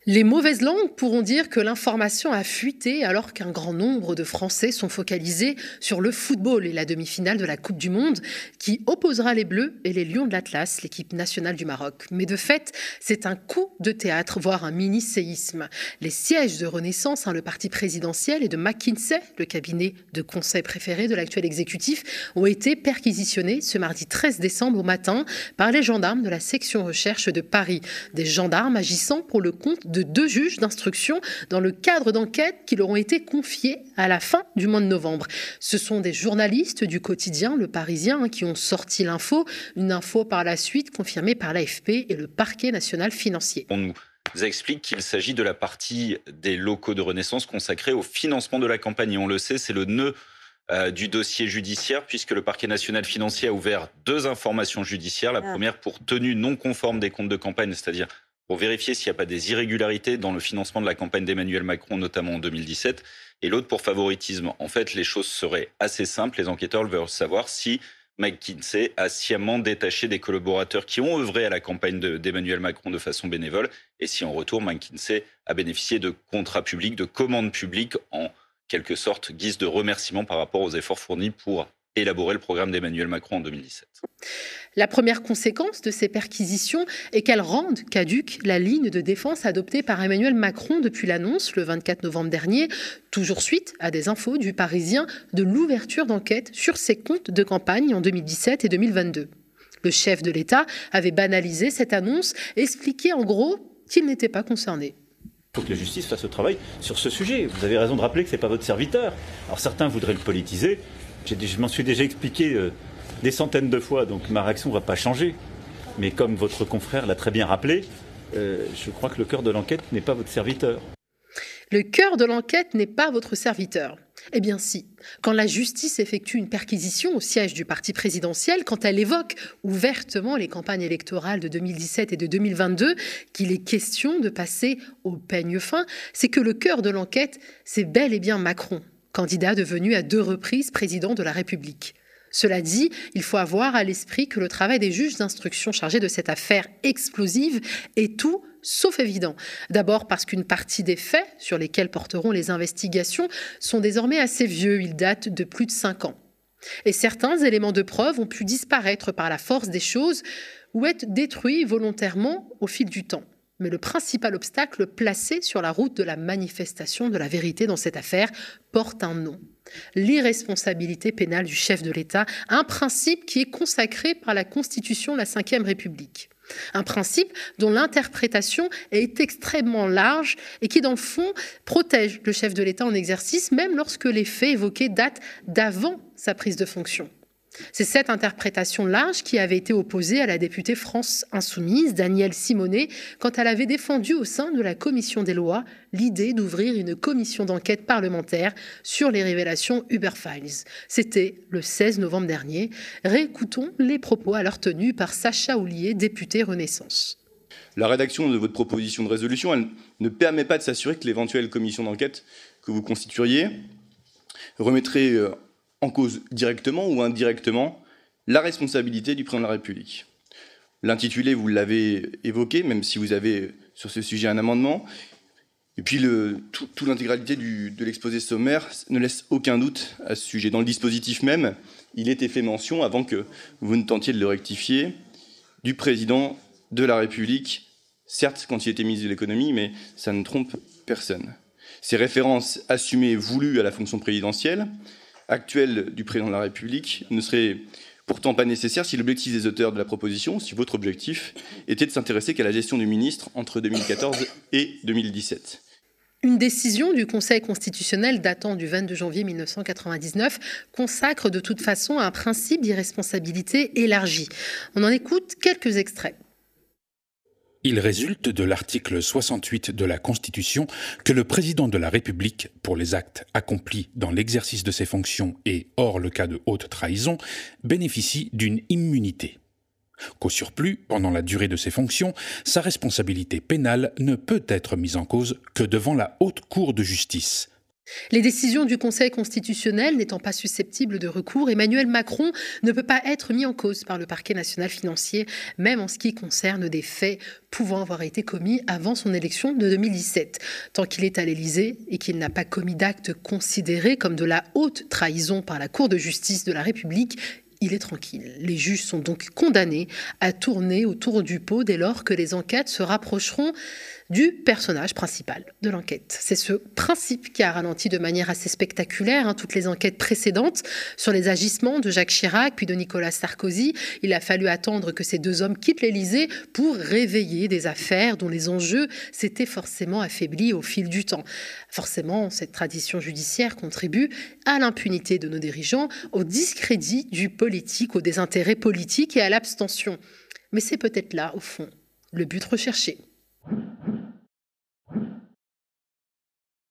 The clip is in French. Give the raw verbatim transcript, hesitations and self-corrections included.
Les mauvaises langues pourront dire que l'information a fuité alors qu'un grand nombre de Français sont focalisés sur le football et la demi-finale de la Coupe du Monde qui opposera les Bleus et les Lions de l'Atlas, l'équipe nationale du Maroc. Mais de fait, c'est un coup de théâtre, voire un mini-séisme. Les sièges de Renaissance, hein, le parti présidentiel, et de McKinsey, le cabinet de conseil préféré de l'actuel exécutif, ont été perquisitionnés ce mardi treize décembre au matin par les gendarmes de la section recherche de Paris. Des gendarmes agissant pour le compte de deux juges d'instruction dans le cadre d'enquêtes qui leur ont été confiées à la fin du mois de novembre. Ce sont des journalistes du quotidien Le Parisien qui ont sorti l'info, une info par la suite confirmée par l'A F P et le parquet national financier. On nous explique qu'il s'agit de la partie des locaux de Renaissance consacrée au financement de la campagne. Et on le sait, c'est le nœud euh, du dossier judiciaire puisque le parquet national financier a ouvert deux informations judiciaires. La première pour tenue non conforme des comptes de campagne, c'est-à-dire pour vérifier s'il n'y a pas des irrégularités dans le financement de la campagne d'Emmanuel Macron, notamment en deux mille dix-sept, et l'autre pour favoritisme. En fait, les choses seraient assez simples. Les enquêteurs veulent savoir si McKinsey a sciemment détaché des collaborateurs qui ont œuvré à la campagne de, d'Emmanuel Macron de façon bénévole, et si en retour, McKinsey a bénéficié de contrats publics, de commandes publiques, en quelque sorte guise de remerciement par rapport aux efforts fournis pour élaborer le programme d'Emmanuel Macron en deux mille dix-sept. La première conséquence de ces perquisitions est qu'elles rendent caduque la ligne de défense adoptée par Emmanuel Macron depuis l'annonce, le vingt-quatre novembre dernier, toujours suite à des infos du Parisien, de l'ouverture d'enquête sur ses comptes de campagne en deux mille dix-sept et deux mille vingt-deux. Le chef de l'État avait banalisé cette annonce et expliqué en gros qu'il n'était pas concerné. Il faut que la justice fasse le travail sur ce sujet. Vous avez raison de rappeler que ce n'est pas votre serviteur. Alors certains voudraient le politiser. J'ai, je m'en suis déjà expliqué euh, des centaines de fois, donc ma réaction ne va pas changer. Mais comme votre confrère l'a très bien rappelé, euh, je crois que le cœur de l'enquête n'est pas votre serviteur. Le cœur de l'enquête n'est pas votre serviteur. Eh bien si, quand la justice effectue une perquisition au siège du parti présidentiel, quand elle évoque ouvertement les campagnes électorales de deux mille dix-sept et de deux mille vingt-deux, qu'il est question de passer au peigne fin, c'est que le cœur de l'enquête, c'est bel et bien Macron, candidat devenu à deux reprises président de la République. Cela dit, il faut avoir à l'esprit que le travail des juges d'instruction chargés de cette affaire explosive est tout sauf évident. D'abord parce qu'une partie des faits sur lesquels porteront les investigations sont désormais assez vieux, ils datent de plus de cinq ans. Et certains éléments de preuve ont pu disparaître par la force des choses ou être détruits volontairement au fil du temps. Mais le principal obstacle placé sur la route de la manifestation de la vérité dans cette affaire porte un nom. L'irresponsabilité pénale du chef de l'État, un principe qui est consacré par la Constitution de la cinquième République. Un principe dont l'interprétation est extrêmement large et qui, dans le fond, protège le chef de l'État en exercice, même lorsque les faits évoqués datent d'avant sa prise de fonction. C'est cette interprétation large qui avait été opposée à la députée France Insoumise, Danielle Simonet, quand elle avait défendu au sein de la commission des lois l'idée d'ouvrir une commission d'enquête parlementaire sur les révélations Uber Files. C'était le seize novembre dernier. Réécoutons les propos alors tenus par Sacha Houlié, député Renaissance. La rédaction de votre proposition de résolution, elle ne permet pas de s'assurer que l'éventuelle commission d'enquête que vous constitueriez remettrait en cause directement ou indirectement la responsabilité du président de la République. L'intitulé, vous l'avez évoqué, même si vous avez sur ce sujet un amendement. Et puis, le, tout, toute l'intégralité du, de l'exposé sommaire ne laisse aucun doute à ce sujet. Dans le dispositif même, il était fait mention, avant que vous ne tentiez de le rectifier, du président de la République, certes quand il était ministre de l'économie, mais ça ne trompe personne. Ces références assumées et voulues à la fonction présidentielle actuelle du président de la République ne serait pourtant pas nécessaire si l'objectif des auteurs de la proposition, si votre objectif était de s'intéresser qu'à la gestion du ministre entre deux mille quatorze et deux mille dix-sept. Une décision du Conseil constitutionnel datant du vingt-deux janvier mille neuf cent quatre-vingt-dix-neuf consacre de toute façon un principe d'irresponsabilité élargie. On en écoute quelques extraits. Il résulte de l'article soixante-huit de la Constitution que le président de la République, pour les actes accomplis dans l'exercice de ses fonctions et hors le cas de haute trahison, bénéficie d'une immunité. Qu'au surplus, pendant la durée de ses fonctions, sa responsabilité pénale ne peut être mise en cause que devant la Haute Cour de justice. Les décisions du Conseil constitutionnel n'étant pas susceptibles de recours, Emmanuel Macron ne peut pas être mis en cause par le parquet national financier, même en ce qui concerne des faits pouvant avoir été commis avant son élection de deux mille dix-sept. Tant qu'il est à l'Élysée et qu'il n'a pas commis d'actes considérés comme de la haute trahison par la Cour de justice de la République, il est tranquille. Les juges sont donc condamnés à tourner autour du pot dès lors que les enquêtes se rapprocheront du personnage principal de l'enquête. C'est ce principe qui a ralenti de manière assez spectaculaire hein, toutes les enquêtes précédentes sur les agissements de Jacques Chirac puis de Nicolas Sarkozy. Il a fallu attendre que ces deux hommes quittent l'Élysée pour réveiller des affaires dont les enjeux s'étaient forcément affaiblis au fil du temps. Forcément, cette tradition judiciaire contribue à l'impunité de nos dirigeants, au discrédit du politique, au désintérêt politique et à l'abstention. Mais c'est peut-être là, au fond, le but recherché.